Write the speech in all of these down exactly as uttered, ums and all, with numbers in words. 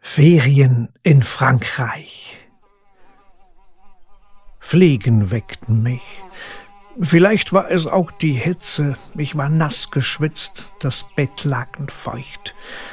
Ferien in Frankreich. Fliegen weckten mich. Vielleicht war es auch die Hitze. Ich war nass geschwitzt, das Bettlaken feucht.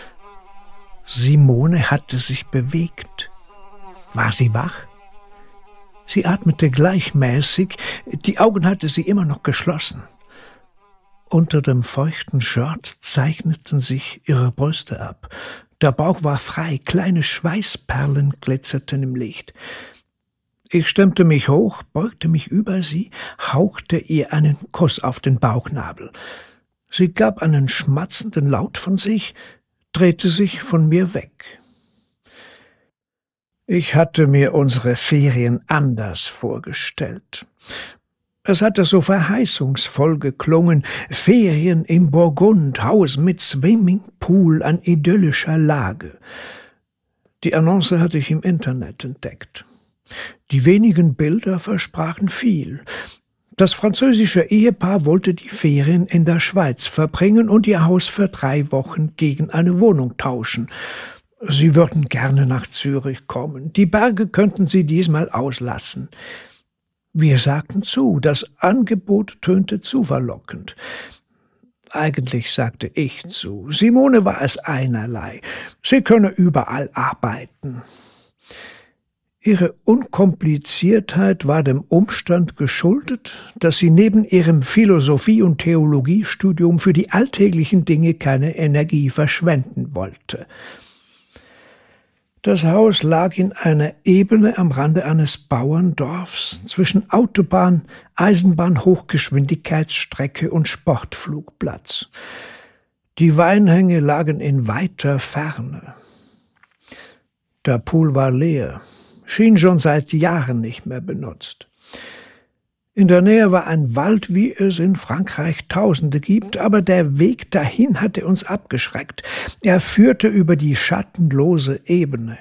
Simone hatte sich bewegt. War sie wach? Sie atmete gleichmäßig, die Augen hatte sie immer noch geschlossen. Unter dem feuchten Shirt zeichneten sich ihre Brüste ab. Der Bauch war frei, kleine Schweißperlen glitzerten im Licht. Ich stemmte mich hoch, beugte mich über sie, hauchte ihr einen Kuss auf den Bauchnabel. Sie gab einen schmatzenden Laut von sich, drehte sich von mir weg. Ich hatte mir unsere Ferien anders vorgestellt. Es hatte so verheißungsvoll geklungen, Ferien im Burgund, Haus mit Swimmingpool an idyllischer Lage. Die Annonce hatte ich im Internet entdeckt. Die wenigen Bilder versprachen viel. Das französische Ehepaar wollte die Ferien in der Schweiz verbringen und ihr Haus für drei Wochen gegen eine Wohnung tauschen. Sie würden gerne nach Zürich kommen. Die Berge könnten sie diesmal auslassen. Wir sagten zu, das Angebot tönte zu verlockend. Eigentlich sagte ich zu. Simone war es einerlei. Sie könne überall arbeiten. Ihre Unkompliziertheit war dem Umstand geschuldet, dass sie neben ihrem Philosophie- und Theologiestudium für die alltäglichen Dinge keine Energie verschwenden wollte. Das Haus lag in einer Ebene am Rande eines Bauerndorfs zwischen Autobahn, Eisenbahn, Hochgeschwindigkeitsstrecke und Sportflugplatz. Die Weinhänge lagen in weiter Ferne. Der Pool war leer, schien schon seit Jahren nicht mehr benutzt. In der Nähe war ein Wald, wie es in Frankreich Tausende gibt, aber der Weg dahin hatte uns abgeschreckt. Er führte über die schattenlose Ebene.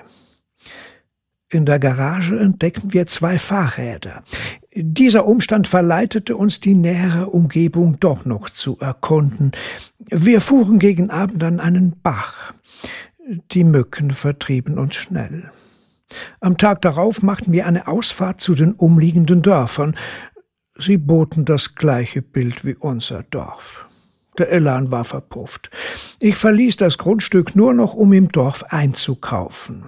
In der Garage entdeckten wir zwei Fahrräder. Dieser Umstand verleitete uns, die nähere Umgebung doch noch zu erkunden. Wir fuhren gegen Abend an einen Bach. Die Mücken vertrieben uns schnell. Am Tag darauf machten wir eine Ausfahrt zu den umliegenden Dörfern. Sie boten das gleiche Bild wie unser Dorf. Der Elan war verpufft. Ich verließ das Grundstück nur noch, um im Dorf einzukaufen.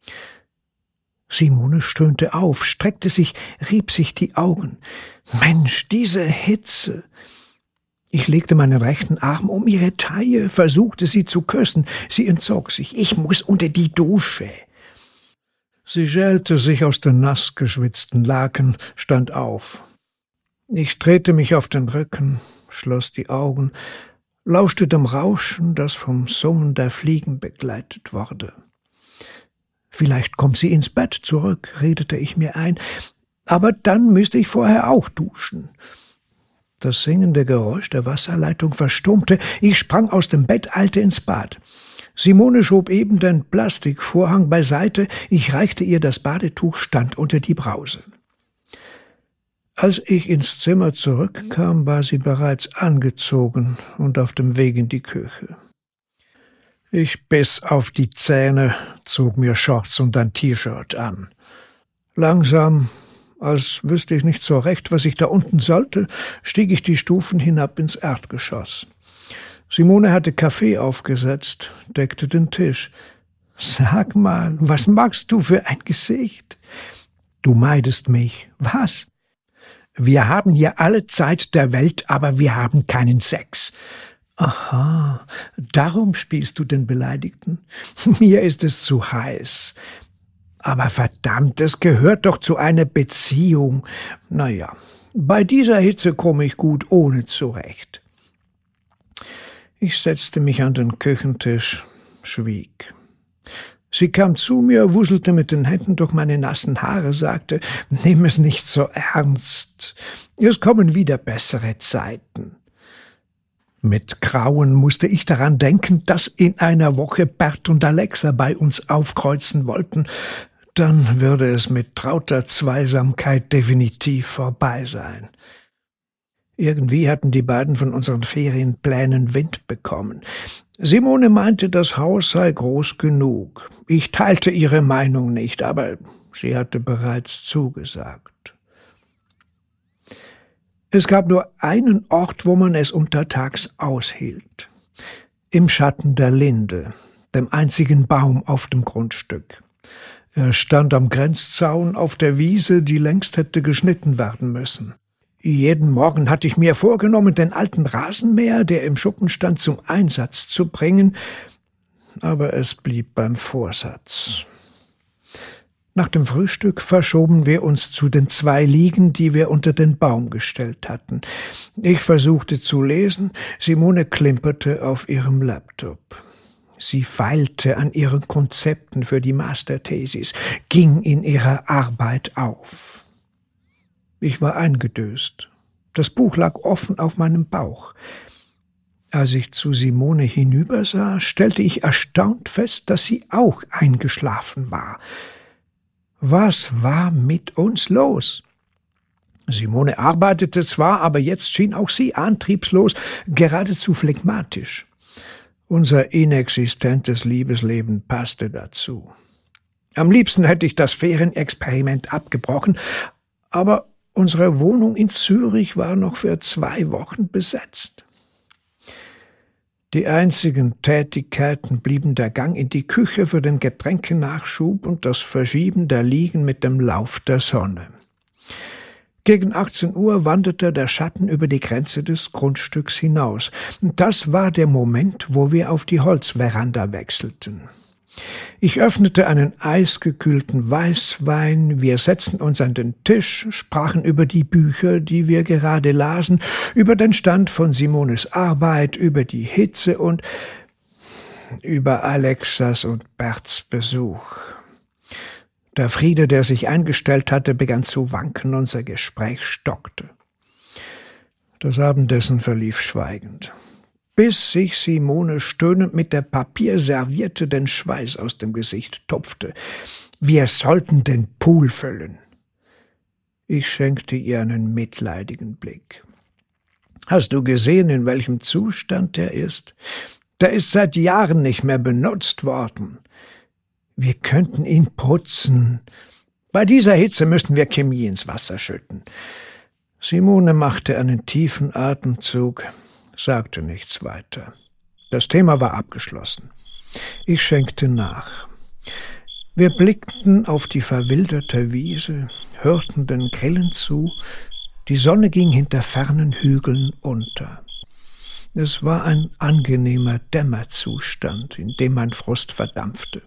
Simone stöhnte auf, streckte sich, rieb sich die Augen. Mensch, diese Hitze! Ich legte meinen rechten Arm um ihre Taille, versuchte sie zu küssen. Sie entzog sich. Ich muss unter die Dusche. Sie schälte sich aus den nass geschwitzten Laken, stand auf. Ich drehte mich auf den Rücken, schloss die Augen, lauschte dem Rauschen, das vom Summen der Fliegen begleitet wurde. Vielleicht kommt sie ins Bett zurück, redete ich mir ein, aber dann müsste ich vorher auch duschen. Das singende Geräusch der Wasserleitung verstummte, ich sprang aus dem Bett, eilte ins Bad. Simone schob eben den Plastikvorhang beiseite, ich reichte ihr das Badetuch, stand unter die Brause. Als ich ins Zimmer zurückkam, war sie bereits angezogen und auf dem Weg in die Küche. Ich biss auf die Zähne, zog mir Shorts und ein T-Shirt an. Langsam, als wüsste ich nicht so recht, was ich da unten sollte, stieg ich die Stufen hinab ins Erdgeschoss. Simone hatte Kaffee aufgesetzt, deckte den Tisch. »Sag mal, was machst du für ein Gesicht?« »Du meidest mich.« »Was?« »Wir haben hier alle Zeit der Welt, aber wir haben keinen Sex.« »Aha, darum spielst du den Beleidigten? Mir ist es zu heiß.« »Aber verdammt, es gehört doch zu einer Beziehung. Na ja, bei dieser Hitze komme ich gut ohne zurecht.« Ich setzte mich an den Küchentisch, schwieg. Sie kam zu mir, wuselte mit den Händen durch meine nassen Haare, sagte, »Nimm es nicht so ernst. Es kommen wieder bessere Zeiten.« Mit Grauen musste ich daran denken, dass in einer Woche Bert und Alexa bei uns aufkreuzen wollten. Dann würde es mit trauter Zweisamkeit definitiv vorbei sein. Irgendwie hatten die beiden von unseren Ferienplänen Wind bekommen. Simone meinte, das Haus sei groß genug. Ich teilte ihre Meinung nicht, aber sie hatte bereits zugesagt. Es gab nur einen Ort, wo man es untertags aushielt. Im Schatten der Linde, dem einzigen Baum auf dem Grundstück. Er stand am Grenzzaun auf der Wiese, die längst hätte geschnitten werden müssen. Jeden Morgen hatte ich mir vorgenommen, den alten Rasenmäher, der im Schuppen stand, zum Einsatz zu bringen, aber es blieb beim Vorsatz. Nach dem Frühstück verschoben wir uns zu den zwei Liegen, die wir unter den Baum gestellt hatten. Ich versuchte zu lesen, Simone klimperte auf ihrem Laptop. Sie feilte an ihren Konzepten für die Masterthesis, ging in ihrer Arbeit auf. Ich war eingedöst. Das Buch lag offen auf meinem Bauch. Als ich zu Simone hinübersah, stellte ich erstaunt fest, dass sie auch eingeschlafen war. Was war mit uns los? Simone arbeitete zwar, aber jetzt schien auch sie antriebslos, geradezu phlegmatisch. Unser inexistentes Liebesleben passte dazu. Am liebsten hätte ich das Ferienexperiment abgebrochen, aber unsere Wohnung in Zürich war noch für zwei Wochen besetzt. Die einzigen Tätigkeiten blieben der Gang in die Küche für den Getränkenachschub und das Verschieben der Liegen mit dem Lauf der Sonne. Gegen achtzehn Uhr wanderte der Schatten über die Grenze des Grundstücks hinaus. Das war der Moment, wo wir auf die Holzveranda wechselten. Ich öffnete einen eisgekühlten Weißwein, wir setzten uns an den Tisch, sprachen über die Bücher, die wir gerade lasen, über den Stand von Simones Arbeit, über die Hitze und über Alexas und Berts Besuch. Der Friede, der sich eingestellt hatte, begann zu wanken, unser Gespräch stockte. Das Abendessen verlief schweigend, bis sich Simone stöhnend mit der Papierserviette den Schweiß aus dem Gesicht tupfte. Wir sollten den Pool füllen. Ich schenkte ihr einen mitleidigen Blick. Hast du gesehen, in welchem Zustand der ist? Der ist seit Jahren nicht mehr benutzt worden. Wir könnten ihn putzen. Bei dieser Hitze müssten wir Chemie ins Wasser schütten. Simone machte einen tiefen Atemzug, sagte nichts weiter. Das Thema war abgeschlossen. Ich schenkte nach. Wir blickten auf die verwilderte Wiese, hörten den Grillen zu, die Sonne ging hinter fernen Hügeln unter. Es war ein angenehmer Dämmerzustand, in dem mein Frust verdampfte.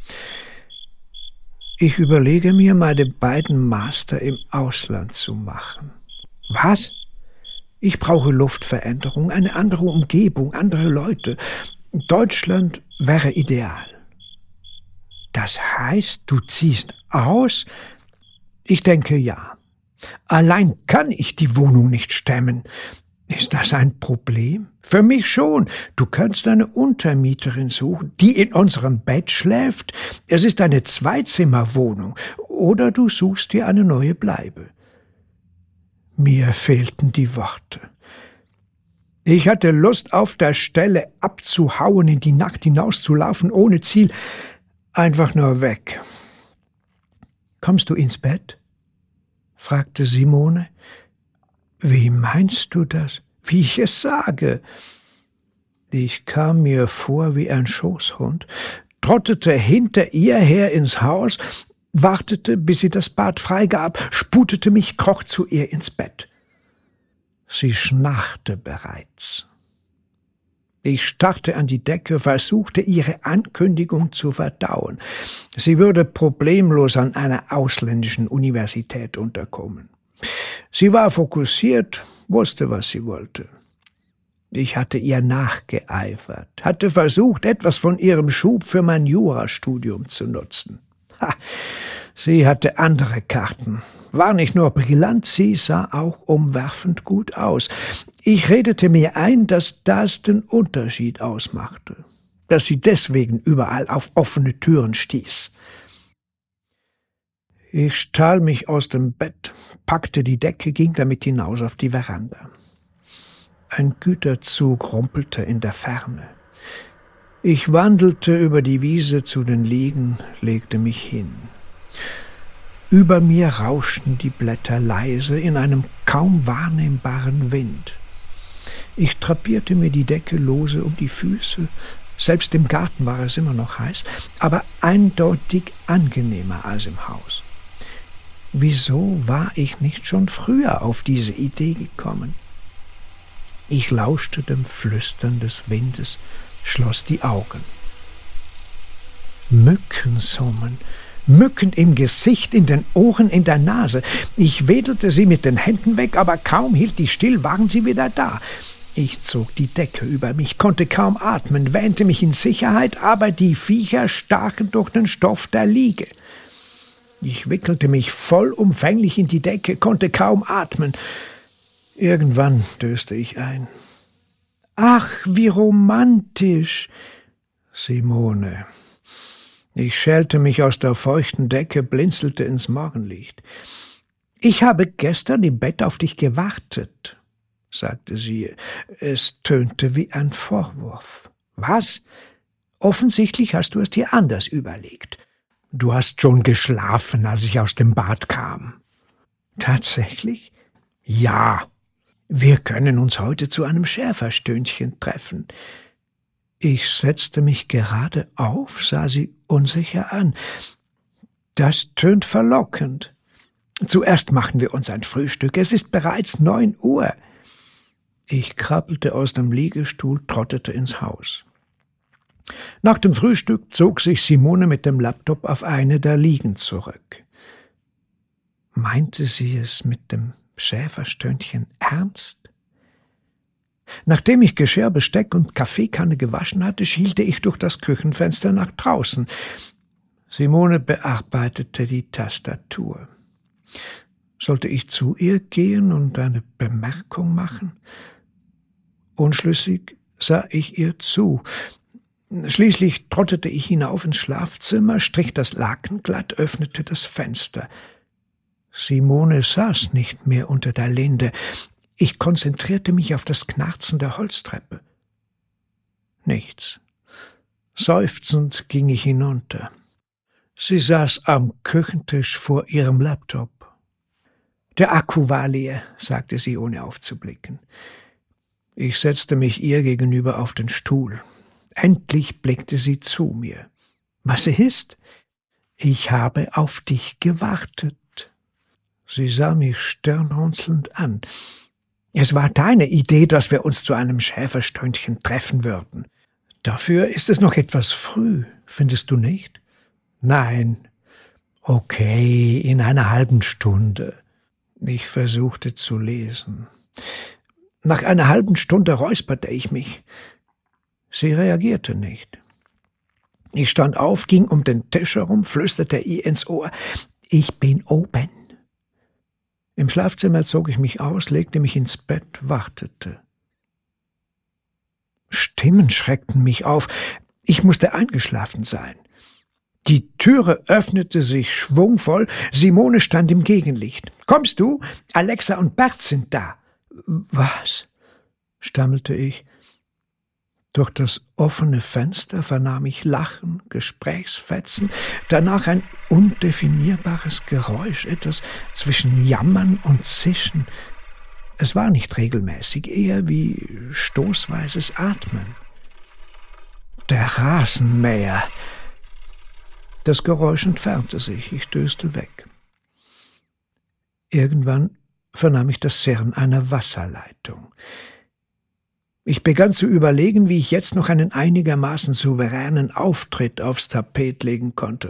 Ich überlege mir, meine beiden Master im Ausland zu machen. Was? Ich brauche Luftveränderung, eine andere Umgebung, andere Leute. Deutschland wäre ideal. Das heißt, du ziehst aus? Ich denke, ja. Allein kann ich die Wohnung nicht stemmen. Ist das ein Problem? Für mich schon. Du kannst eine Untermieterin suchen, die in unserem Bett schläft. Es ist eine Zweizimmerwohnung. Oder du suchst dir eine neue Bleibe. Mir fehlten die Worte. Ich hatte Lust, auf der Stelle abzuhauen, in die Nacht hinauszulaufen, ohne Ziel, einfach nur weg. »Kommst du ins Bett?« fragte Simone. »Wie meinst du das? Wie ich es sage?« Ich kam mir vor wie ein Schoßhund, trottete hinter ihr her ins Haus, wartete, bis sie das Bad freigab, sputete mich, kroch zu ihr ins Bett. Sie schnarchte bereits. Ich starrte an die Decke, versuchte, ihre Ankündigung zu verdauen. Sie würde problemlos an einer ausländischen Universität unterkommen. Sie war fokussiert, wusste, was sie wollte. Ich hatte ihr nachgeeifert, hatte versucht, etwas von ihrem Schub für mein Jurastudium zu nutzen. Ha, sie hatte andere Karten, war nicht nur brillant, sie sah auch umwerfend gut aus. Ich redete mir ein, dass das den Unterschied ausmachte, dass sie deswegen überall auf offene Türen stieß. Ich stahl mich aus dem Bett, packte die Decke, ging damit hinaus auf die Veranda. Ein Güterzug rumpelte in der Ferne. Ich wandelte über die Wiese zu den Liegen, legte mich hin. Über mir rauschten die Blätter leise in einem kaum wahrnehmbaren Wind. Ich drapierte mir die Decke lose um die Füße. Selbst im Garten war es immer noch heiß, aber eindeutig angenehmer als im Haus. Wieso war ich nicht schon früher auf diese Idee gekommen? Ich lauschte dem Flüstern des Windes, schloss die Augen. Mücken summen, Mücken im Gesicht, in den Ohren, in der Nase. Ich wedelte sie mit den Händen weg, aber kaum hielt ich still, waren sie wieder da. Ich zog die Decke über mich, konnte kaum atmen, wähnte mich in Sicherheit, aber die Viecher stachen durch den Stoff der Liege. Ich wickelte mich vollumfänglich in die Decke, konnte kaum atmen. Irgendwann döste ich ein. »Ach, wie romantisch!« Simone. Ich schälte mich aus der feuchten Decke, blinzelte ins Morgenlicht. »Ich habe gestern im Bett auf dich gewartet«, sagte sie. Es tönte wie ein Vorwurf. »Was? Offensichtlich hast du es dir anders überlegt. Du hast schon geschlafen, als ich aus dem Bad kam.« »Tatsächlich?« »Ja. Wir können uns heute zu einem Schäferstündchen treffen.« Ich setzte mich gerade auf, sah sie unsicher an. »Das tönt verlockend. Zuerst machen wir uns ein Frühstück. Es ist bereits neun Uhr.« Ich krabbelte aus dem Liegestuhl, trottete ins Haus. Nach dem Frühstück zog sich Simone mit dem Laptop auf eine der Liegen zurück. Meinte sie es mit dem Schäferstündchen ernst? Nachdem ich Geschirr, Besteck und Kaffeekanne gewaschen hatte, schielte ich durch das Küchenfenster nach draußen. Simone bearbeitete die Tastatur. Sollte ich zu ihr gehen und eine Bemerkung machen? Unschlüssig sah ich ihr zu. Schließlich trottete ich hinauf ins Schlafzimmer, strich das Laken glatt, öffnete das Fenster. Simone saß nicht mehr unter der Linde. Ich konzentrierte mich auf das Knarzen der Holztreppe. Nichts. Seufzend ging ich hinunter. Sie saß am Küchentisch vor ihrem Laptop. »Der Akku war leer«, sagte sie, ohne aufzublicken. Ich setzte mich ihr gegenüber auf den Stuhl. Endlich blickte sie zu mir. »Was ist?« »Ich habe auf dich gewartet.« Sie sah mich stirnrunzelnd an. »Es war deine Idee, dass wir uns zu einem Schäferstündchen treffen würden. Dafür ist es noch etwas früh, findest du nicht?« »Nein.« »Okay, in einer halben Stunde.« Ich versuchte zu lesen. Nach einer halben Stunde räusperte ich mich. Sie reagierte nicht. Ich stand auf, ging um den Tisch herum, flüsterte ihr ins Ohr. »Ich bin oben.« Im Schlafzimmer zog ich mich aus, legte mich ins Bett, wartete. Stimmen schreckten mich auf. Ich musste eingeschlafen sein. Die Türe öffnete sich schwungvoll. Simone stand im Gegenlicht. »Kommst du? Alexa und Bert sind da.« »Was?« stammelte ich. Durch das offene Fenster vernahm ich Lachen, Gesprächsfetzen, danach ein undefinierbares Geräusch, etwas zwischen Jammern und Zischen. Es war nicht regelmäßig, eher wie stoßweises Atmen. Der Rasenmäher. Das Geräusch entfernte sich, ich döste weg. Irgendwann vernahm ich das Sirren einer Wasserleitung. Ich begann zu überlegen, wie ich jetzt noch einen einigermaßen souveränen Auftritt aufs Tapet legen konnte.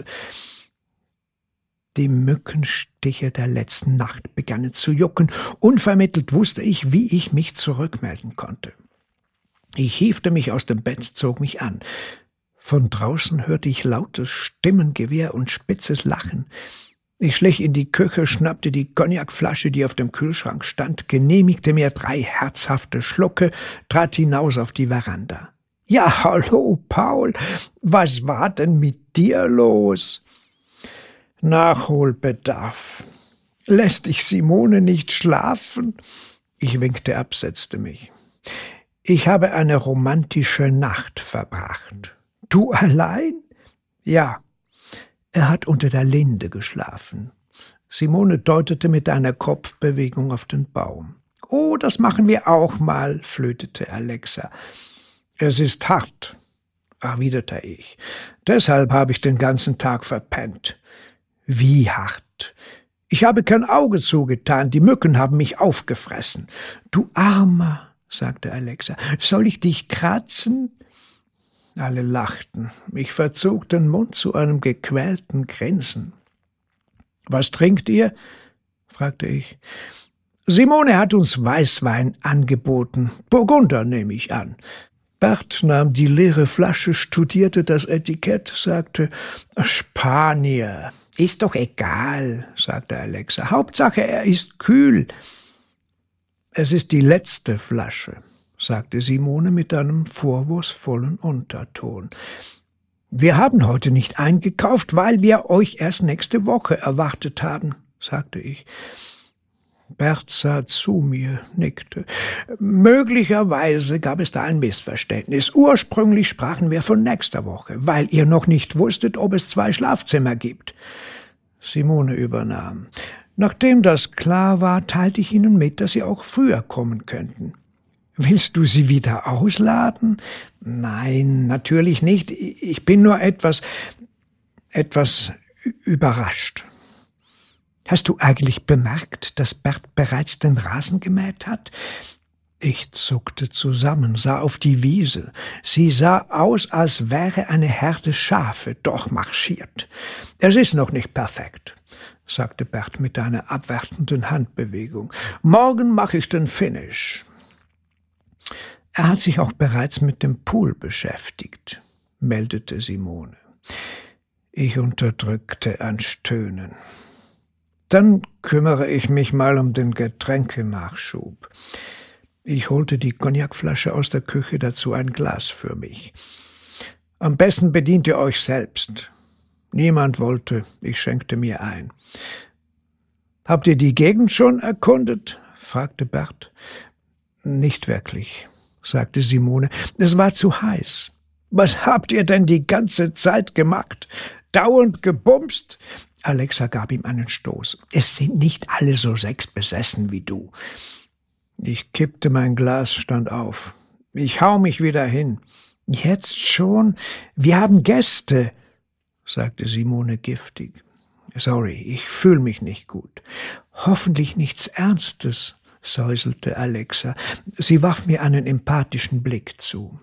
Die Mückenstiche der letzten Nacht begannen zu jucken. Unvermittelt wusste ich, wie ich mich zurückmelden konnte. Ich hiefte mich aus dem Bett, zog mich an. Von draußen hörte ich lautes Stimmengewirr und spitzes Lachen. Ich schlich in die Küche, schnappte die Cognacflasche, die auf dem Kühlschrank stand, genehmigte mir drei herzhafte Schlucke, trat hinaus auf die Veranda. »Ja, hallo, Paul, was war denn mit dir los?« »Nachholbedarf. Lässt dich Simone nicht schlafen?« Ich winkte ab, setzte mich. Ich habe eine romantische Nacht verbracht. Du allein? Ja. Er hat unter der Linde geschlafen. Simone deutete mit einer Kopfbewegung auf den Baum. »Oh, das machen wir auch mal«, flötete Alexa. »Es ist hart«, erwiderte ich. »Deshalb habe ich den ganzen Tag verpennt.« »Wie hart?« »Ich habe kein Auge zugetan, die Mücken haben mich aufgefressen.« »Du Armer«, sagte Alexa, »soll ich dich kratzen?« Alle lachten. Ich verzog den Mund zu einem gequälten Grinsen. »Was trinkt ihr?« fragte ich. »Simone hat uns Weißwein angeboten. Burgunder, nehme ich an.« Bert nahm die leere Flasche, studierte das Etikett, sagte, »Spanier.« »Ist doch egal«, sagte Alexa. »Hauptsache, er ist kühl.« »Es ist die letzte Flasche«, sagte Simone mit einem vorwurfsvollen Unterton. »Wir haben heute nicht eingekauft, weil wir euch erst nächste Woche erwartet haben«, sagte ich. Bert sah zu mir, nickte. »Möglicherweise gab es da ein Missverständnis. Ursprünglich sprachen wir von nächster Woche, weil ihr noch nicht wusstet, ob es zwei Schlafzimmer gibt.« Simone übernahm. »Nachdem das klar war, teilte ich ihnen mit, dass sie auch früher kommen könnten.« »Willst du sie wieder ausladen?« »Nein, natürlich nicht. Ich bin nur etwas, etwas überrascht.« »Hast du eigentlich bemerkt, dass Bert bereits den Rasen gemäht hat?« Ich zuckte zusammen, sah auf die Wiese. Sie sah aus, als wäre eine Herde Schafe durchmarschiert. »Es ist noch nicht perfekt«, sagte Bert mit einer abwertenden Handbewegung. »Morgen mache ich den Finish.« »Er hat sich auch bereits mit dem Pool beschäftigt«, meldete Simone. Ich unterdrückte ein Stöhnen. »Dann kümmere ich mich mal um den Getränkenachschub.« Ich holte die Cognacflasche aus der Küche, dazu ein Glas für mich. »Am besten bedient ihr euch selbst.« Niemand wollte, ich schenkte mir ein. »Habt ihr die Gegend schon erkundet?« fragte Bert. »Nicht wirklich«, sagte Simone. »Es war zu heiß.« »Was habt ihr denn die ganze Zeit gemacht? Dauernd gebumst?« Alexa gab ihm einen Stoß. »Es sind nicht alle so sexbesessen wie du.« Ich kippte mein Glas, stand auf. »Ich hau mich wieder hin.« »Jetzt schon? Wir haben Gäste«, sagte Simone giftig. »Sorry, ich fühle mich nicht gut.« »Hoffentlich nichts Ernstes«, säuselte Alexa. Sie warf mir einen empathischen Blick zu.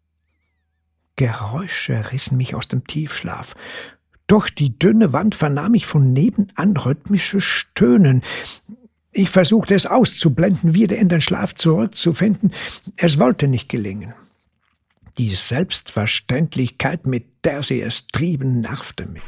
Geräusche rissen mich aus dem Tiefschlaf. Durch die dünne Wand vernahm ich von nebenan rhythmisches Stöhnen. Ich versuchte es auszublenden, wieder in den Schlaf zurückzufinden. Es wollte nicht gelingen. Die Selbstverständlichkeit, mit der sie es trieben, nervte mich.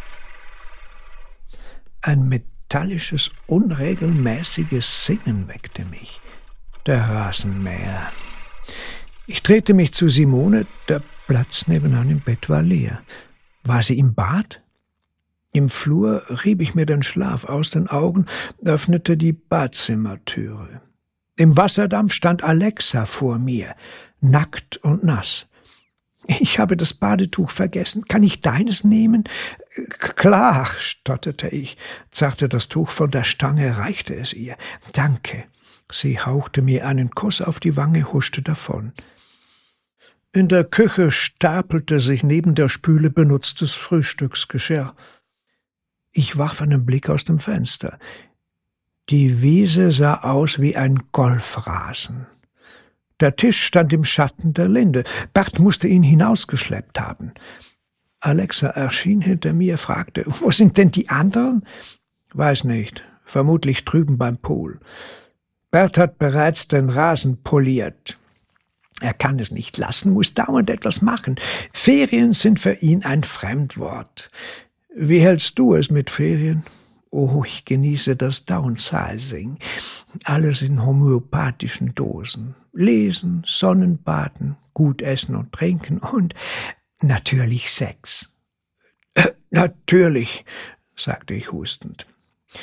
Ein metallisches, unregelmäßiges Singen weckte mich. Der Rasenmäher. Ich drehte mich zu Simone, der Platz nebenan im Bett war leer. War sie im Bad? Im Flur rieb ich mir den Schlaf aus den Augen, öffnete die Badzimmertüre. Im Wasserdampf stand Alexa vor mir, nackt und nass. »Ich habe das Badetuch vergessen. Kann ich deines nehmen?« »Klar«, stotterte ich, zerrte das Tuch von der Stange, reichte es ihr. »Danke.« Sie hauchte mir einen Kuss auf die Wange, huschte davon. In der Küche stapelte sich neben der Spüle benutztes Frühstücksgeschirr. Ich warf einen Blick aus dem Fenster. Die Wiese sah aus wie ein Golfrasen. Der Tisch stand im Schatten der Linde. Bert musste ihn hinausgeschleppt haben. Alexa erschien hinter mir, fragte, »Wo sind denn die anderen?« »Weiß nicht, vermutlich drüben beim Pool. Bert hat bereits den Rasen poliert. Er kann es nicht lassen, muss dauernd etwas machen. Ferien sind für ihn ein Fremdwort. Wie hältst du es mit Ferien?« »Oh, ich genieße das Downsizing. Alles in homöopathischen Dosen. Lesen, Sonnenbaden, gut essen und trinken und natürlich Sex.« »Natürlich«, sagte ich hustend.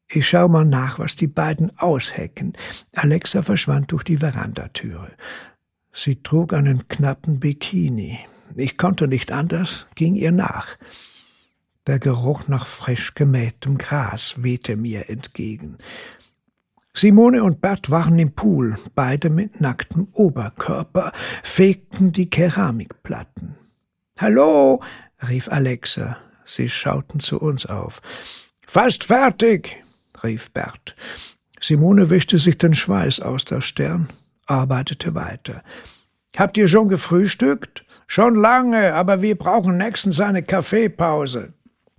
Ich schau mal nach, was die beiden aushecken. Alexa verschwand durch die Verandatüre. Sie trug einen knappen Bikini. Ich konnte nicht anders, ging ihr nach. Der Geruch nach frisch gemähtem Gras wehte mir entgegen. Simone und Bert waren im Pool, beide mit nacktem Oberkörper, fegten die Keramikplatten. »Hallo«, rief Alexa. Sie schauten zu uns auf. »Fast fertig«, rief Bert. Simone wischte sich den Schweiß aus der Stirn, arbeitete weiter. »Habt ihr schon gefrühstückt?« »Schon lange, aber wir brauchen nächstens eine Kaffeepause.«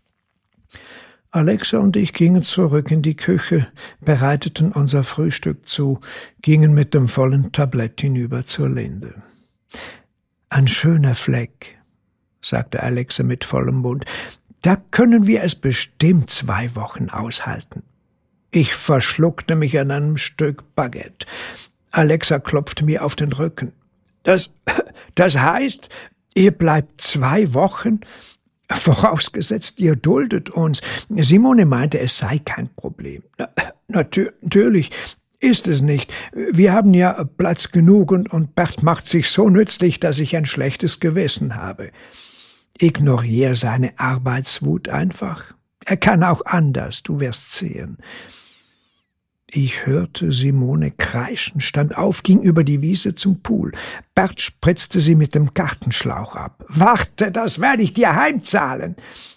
Alexa und ich gingen zurück in die Küche, bereiteten unser Frühstück zu, gingen mit dem vollen Tablett hinüber zur Linde. »Ein schöner Fleck«, sagte Alexa mit vollem Mund. »Da können wir es bestimmt zwei Wochen aushalten.« Ich verschluckte mich an einem Stück Baguette. Alexa klopfte mir auf den Rücken. »Das, das heißt, ihr bleibt zwei Wochen?« »Vorausgesetzt, ihr duldet uns.« Simone meinte, es sei kein Problem. Na, natür- natürlich ist es nicht. Wir haben ja Platz genug und, und Bert macht sich so nützlich, dass ich ein schlechtes Gewissen habe. Ignoriere seine Arbeitswut einfach. Er kann auch anders, du wirst sehen. Ich hörte Simone kreischen, stand auf, ging über die Wiese zum Pool. Bert spritzte sie mit dem Gartenschlauch ab. »Warte, das werde ich dir heimzahlen!«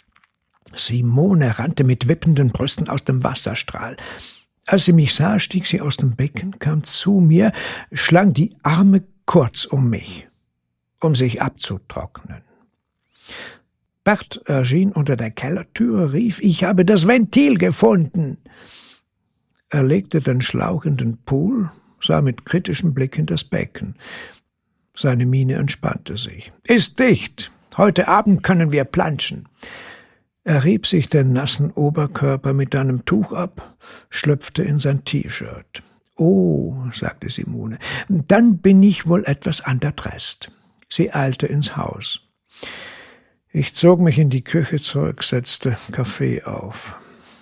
Simone rannte mit wippenden Brüsten aus dem Wasserstrahl. Als sie mich sah, stieg sie aus dem Becken, kam zu mir, schlang die Arme kurz um mich, um sich abzutrocknen. Bert erschien unter der Kellertüre, rief, »Ich habe das Ventil gefunden!« Er legte den Schlauch in den Pool, sah mit kritischem Blick in das Becken. Seine Miene entspannte sich. »Ist dicht. Heute Abend können wir planschen.« Er rieb sich den nassen Oberkörper mit einem Tuch ab, schlüpfte in sein T-Shirt. »Oh«, sagte Simone, »dann bin ich wohl etwas underdressed.« Sie eilte ins Haus. Ich zog mich in die Küche zurück, setzte Kaffee auf.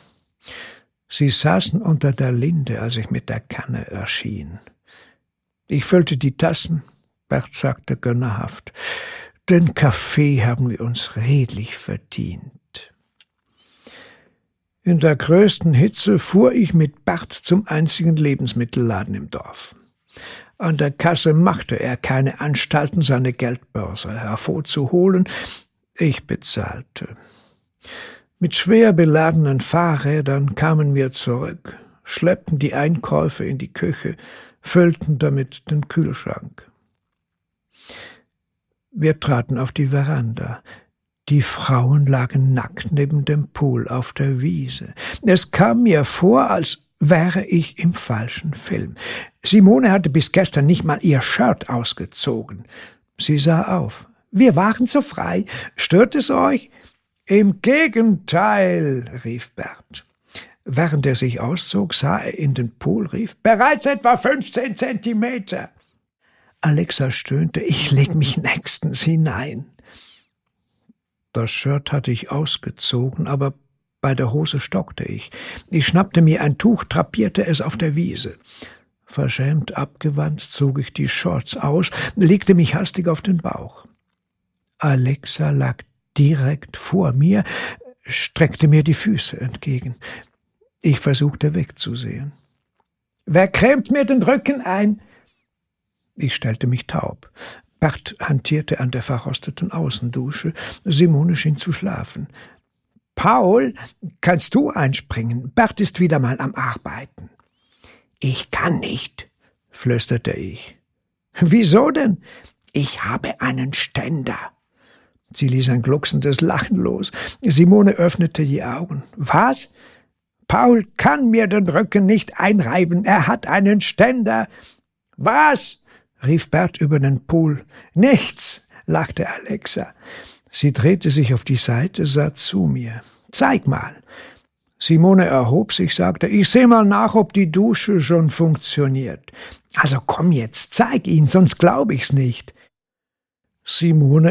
Sie saßen unter der Linde, als ich mit der Kanne erschien. Ich füllte die Tassen. Bert sagte gönnerhaft, »Den Kaffee haben wir uns redlich verdient.« In der größten Hitze fuhr ich mit Bert zum einzigen Lebensmittelladen im Dorf. An der Kasse machte er keine Anstalten, seine Geldbörse hervorzuholen. Ich bezahlte. Mit schwer beladenen Fahrrädern kamen wir zurück, schleppten die Einkäufe in die Küche, füllten damit den Kühlschrank. Wir traten auf die Veranda. Die Frauen lagen nackt neben dem Pool auf der Wiese. Es kam mir vor, als wäre ich im falschen Film. Simone hatte bis gestern nicht mal ihr Shirt ausgezogen. Sie sah auf. »Wir waren so frei. Stört es euch?« »Im Gegenteil«, rief Bert. Während er sich auszog, sah er in den Pool, rief, »Bereits etwa fünfzehn Zentimeter.« Alexa stöhnte, ich leg mich nächstens hinein. Das Shirt hatte ich ausgezogen, aber bei der Hose stockte ich. Ich schnappte mir ein Tuch, drapierte es auf der Wiese. Verschämt abgewandt zog ich die Shorts aus, legte mich hastig auf den Bauch. Alexa lag direkt vor mir, streckte mir die Füße entgegen. Ich versuchte wegzusehen. »Wer cremt mir den Rücken ein?« Ich stellte mich taub. Bert hantierte an der verrosteten Außendusche. Simone schien zu schlafen. »Paul, kannst du einspringen? Bert ist wieder mal am Arbeiten.« »Ich kann nicht«, flüsterte ich. »Wieso denn?« »Ich habe einen Ständer.« Sie ließ ein glucksendes Lachen los. Simone öffnete die Augen. »Was? Paul kann mir den Rücken nicht einreiben. Er hat einen Ständer.« »Was?« rief Bert über den Pool. »Nichts«, lachte Alexa. Sie drehte sich auf die Seite, sah zu mir. »Zeig mal.« Simone erhob sich, sagte, »Ich seh mal nach, ob die Dusche schon funktioniert.« »Also komm jetzt, zeig ihn, sonst glaub ich's nicht.« Simone und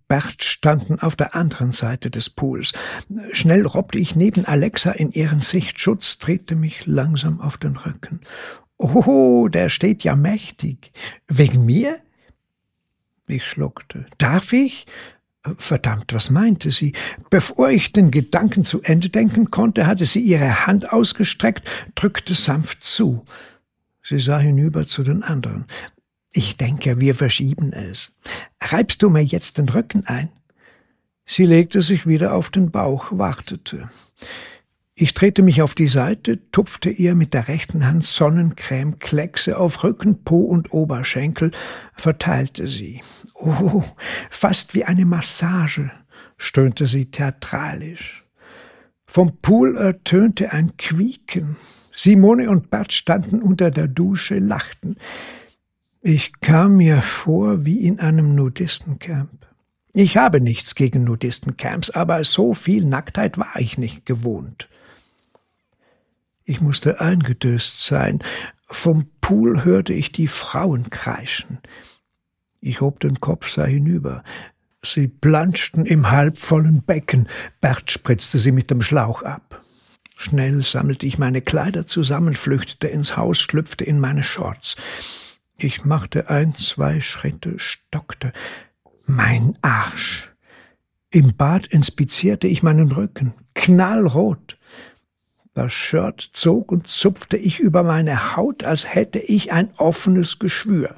Bert standen auf der anderen Seite des Pools. Schnell robbte ich neben Alexa in ihren Sichtschutz, drehte mich langsam auf den Rücken. »Oh, der steht ja mächtig. Wegen mir?« Ich schluckte. »Darf ich?« Verdammt, was meinte sie? Bevor ich den Gedanken zu Ende denken konnte, hatte sie ihre Hand ausgestreckt, drückte sanft zu. Sie sah hinüber zu den anderen. »Ich denke, wir verschieben es. Reibst du mir jetzt den Rücken ein?« Sie legte sich wieder auf den Bauch, wartete. Ich drehte mich auf die Seite, tupfte ihr mit der rechten Hand Sonnencreme-Kleckse auf Rücken, Po und Oberschenkel, verteilte sie. »Oh, fast wie eine Massage«, stöhnte sie theatralisch. Vom Pool ertönte ein Quieken. Simone und Bert standen unter der Dusche, lachten. Ich kam mir vor wie in einem Nudistencamp. Ich habe nichts gegen Nudistencamps, aber so viel Nacktheit war ich nicht gewohnt. Ich musste eingedöst sein. Vom Pool hörte ich die Frauen kreischen. Ich hob den Kopf, sah hinüber. Sie planschten im halbvollen Becken. Bert spritzte sie mit dem Schlauch ab. Schnell sammelte ich meine Kleider zusammen, flüchtete ins Haus, schlüpfte in meine Shorts. Ich machte ein, zwei Schritte, stockte. Mein Arsch! Im Bad inspizierte ich meinen Rücken, knallrot. Das Shirt zog und zupfte ich über meine Haut, als hätte ich ein offenes Geschwür.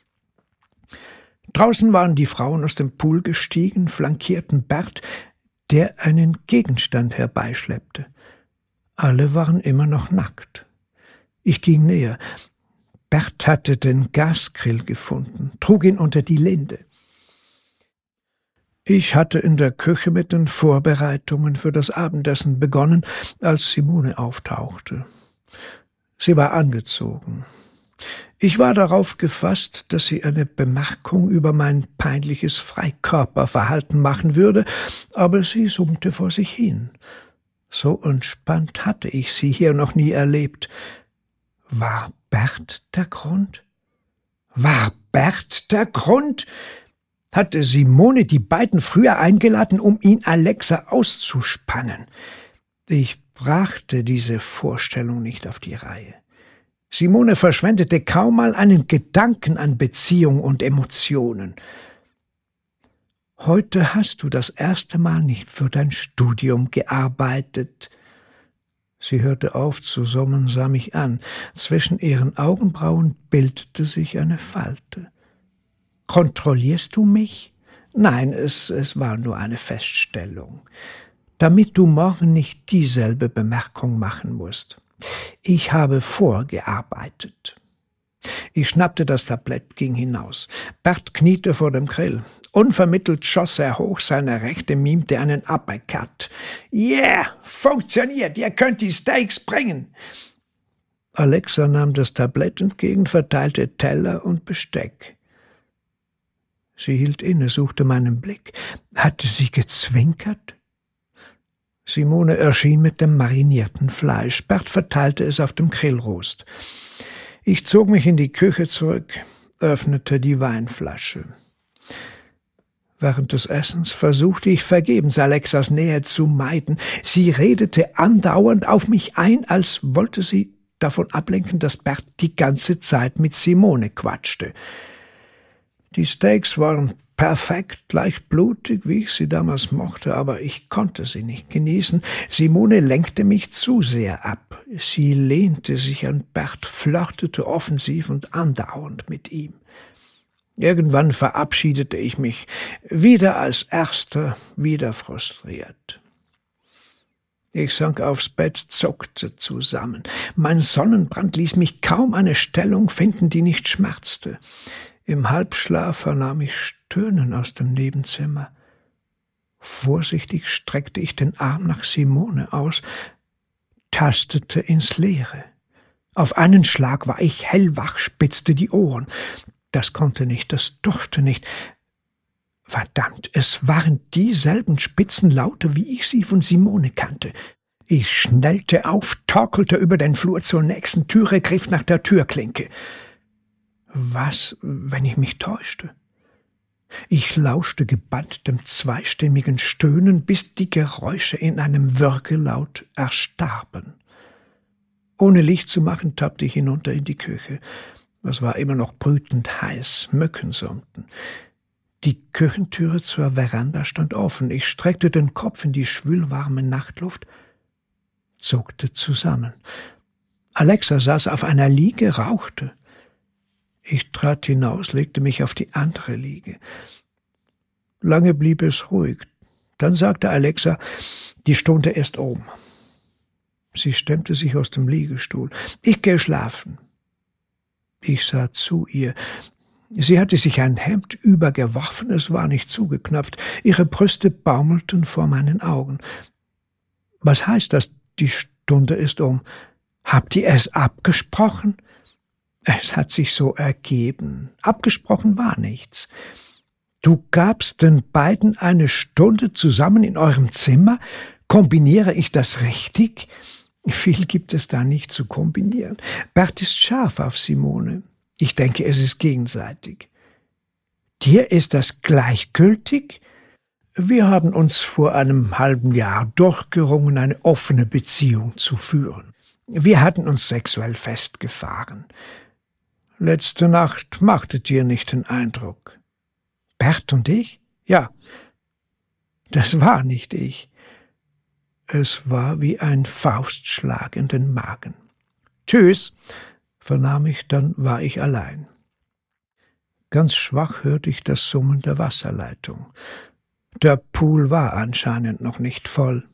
Draußen waren die Frauen aus dem Pool gestiegen, flankierten Bert, der einen Gegenstand herbeischleppte. Alle waren immer noch nackt. Ich ging näher. Bert hatte den Gasgrill gefunden, trug ihn unter die Linde. Ich hatte in der Küche mit den Vorbereitungen für das Abendessen begonnen, als Simone auftauchte. Sie war angezogen. Ich war darauf gefasst, dass sie eine Bemerkung über mein peinliches Freikörperverhalten machen würde, aber sie summte vor sich hin. So entspannt hatte ich sie hier noch nie erlebt. War Bert der Grund? War Bert der Grund? Hatte Simone die beiden früher eingeladen, um ihn Alexa auszuspannen? Ich brachte diese Vorstellung nicht auf die Reihe. Simone verschwendete kaum mal einen Gedanken an Beziehung und Emotionen. »Heute hast du das erste Mal nicht für dein Studium gearbeitet.« Sie hörte auf zu summen, sah mich an. Zwischen ihren Augenbrauen bildete sich eine Falte. »Kontrollierst du mich?« »Nein, es, es war nur eine Feststellung. Damit du morgen nicht dieselbe Bemerkung machen musst. Ich habe vorgearbeitet.« Ich schnappte das Tablett, ging hinaus. Bert kniete vor dem Grill. Unvermittelt schoss er hoch, seine Rechte mimte einen Uppercut. »Yeah, funktioniert, ihr könnt die Steaks bringen!« Alexa nahm das Tablett entgegen, verteilte Teller und Besteck. Sie hielt inne, suchte meinen Blick. Hatte sie gezwinkert? Simone erschien mit dem marinierten Fleisch. Bert verteilte es auf dem Grillrost. Ich zog mich in die Küche zurück, öffnete die Weinflasche. Während des Essens versuchte ich vergebens, Alexas Nähe zu meiden. Sie redete andauernd auf mich ein, als wollte sie davon ablenken, dass Bert die ganze Zeit mit Simone quatschte. Die Steaks waren perfekt, leicht blutig, wie ich sie damals mochte, aber ich konnte sie nicht genießen. Simone lenkte mich zu sehr ab. Sie lehnte sich an Bert, flirtete offensiv und andauernd mit ihm. Irgendwann verabschiedete ich mich, wieder als Erster, wieder frustriert. Ich sank aufs Bett, zuckte zusammen. Mein Sonnenbrand ließ mich kaum eine Stellung finden, die nicht schmerzte. Im Halbschlaf vernahm ich Stöhnen aus dem Nebenzimmer. Vorsichtig streckte ich den Arm nach Simone aus, tastete ins Leere. Auf einen Schlag war ich hellwach, spitzte die Ohren. Das konnte nicht, das durfte nicht. Verdammt, es waren dieselben spitzen Laute, wie ich sie von Simone kannte. Ich schnellte auf, torkelte über den Flur zur nächsten Türe, griff nach der Türklinke. Was, wenn ich mich täuschte? Ich lauschte gebannt dem zweistimmigen Stöhnen, bis die Geräusche in einem Würgelaut erstarben. Ohne Licht zu machen, tappte ich hinunter in die Küche. Es war immer noch brütend heiß, Mücken summten. Die Küchentüre zur Veranda stand offen. Ich streckte den Kopf in die schwülwarme Nachtluft, zuckte zusammen. Alexa saß auf einer Liege, rauchte. Ich trat hinaus, legte mich auf die andere Liege. Lange blieb es ruhig. Dann sagte Alexa, die Stunde ist um. Sie stemmte sich aus dem Liegestuhl. Ich gehe schlafen. Ich sah zu ihr. Sie hatte sich ein Hemd übergeworfen, es war nicht zugeknöpft. Ihre Brüste baumelten vor meinen Augen. Was heißt das, die Stunde ist um? Habt ihr es abgesprochen? Es hat sich so ergeben. Abgesprochen war nichts. Du gabst den beiden eine Stunde zusammen in eurem Zimmer? Kombiniere ich das richtig? Viel gibt es da nicht zu kombinieren. Bert ist scharf auf Simone. Ich denke, es ist gegenseitig. Dir ist das gleichgültig? Wir haben uns vor einem halben Jahr durchgerungen, eine offene Beziehung zu führen. Wir hatten uns sexuell festgefahren. Letzte Nacht machte dir nicht den Eindruck. Bert und ich? Ja. Das war nicht ich. Es war wie ein Faustschlag in den Magen. Tschüss, vernahm ich, dann war ich allein. Ganz schwach hörte ich das Summen der Wasserleitung. Der Pool war anscheinend noch nicht voll.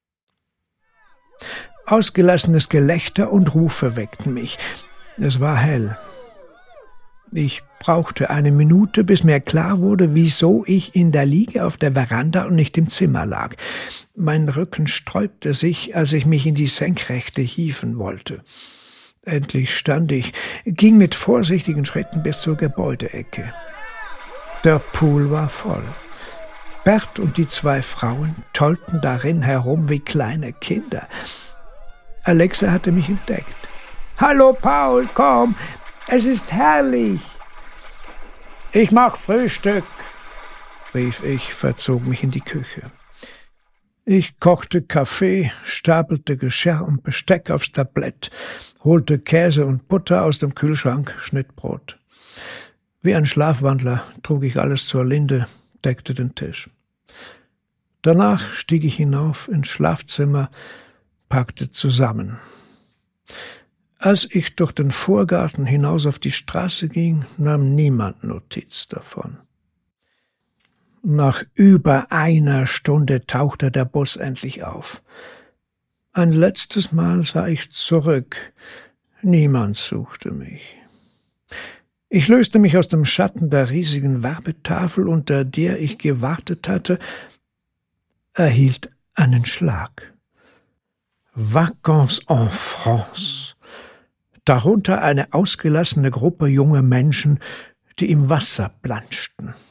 Ausgelassenes Gelächter und Rufe weckten mich. Es war hell. Ich brauchte eine Minute, bis mir klar wurde, wieso ich in der Liege auf der Veranda und nicht im Zimmer lag. Mein Rücken sträubte sich, als ich mich in die Senkrechte hieven wollte. Endlich stand ich, ging mit vorsichtigen Schritten bis zur Gebäudeecke. Der Pool war voll. Bert und die zwei Frauen tollten darin herum wie kleine Kinder. Alexa hatte mich entdeckt. »Hallo Paul, komm, es ist herrlich!« »Ich mach Frühstück«, rief ich, verzog mich in die Küche. Ich kochte Kaffee, stapelte Geschirr und Besteck aufs Tablett, holte Käse und Butter aus dem Kühlschrank, schnitt Brot. Wie ein Schlafwandler trug ich alles zur Linde, deckte den Tisch. Danach stieg ich hinauf ins Schlafzimmer, packte zusammen. Als ich durch den Vorgarten hinaus auf die Straße ging, nahm niemand Notiz davon. Nach über einer Stunde tauchte der Bus endlich auf. Ein letztes Mal sah ich zurück. Niemand suchte mich. Ich löste mich aus dem Schatten der riesigen Werbetafel, unter der ich gewartet hatte, erhielt einen Schlag. Vacances en France. Darunter eine ausgelassene Gruppe junger Menschen, die im Wasser planschten.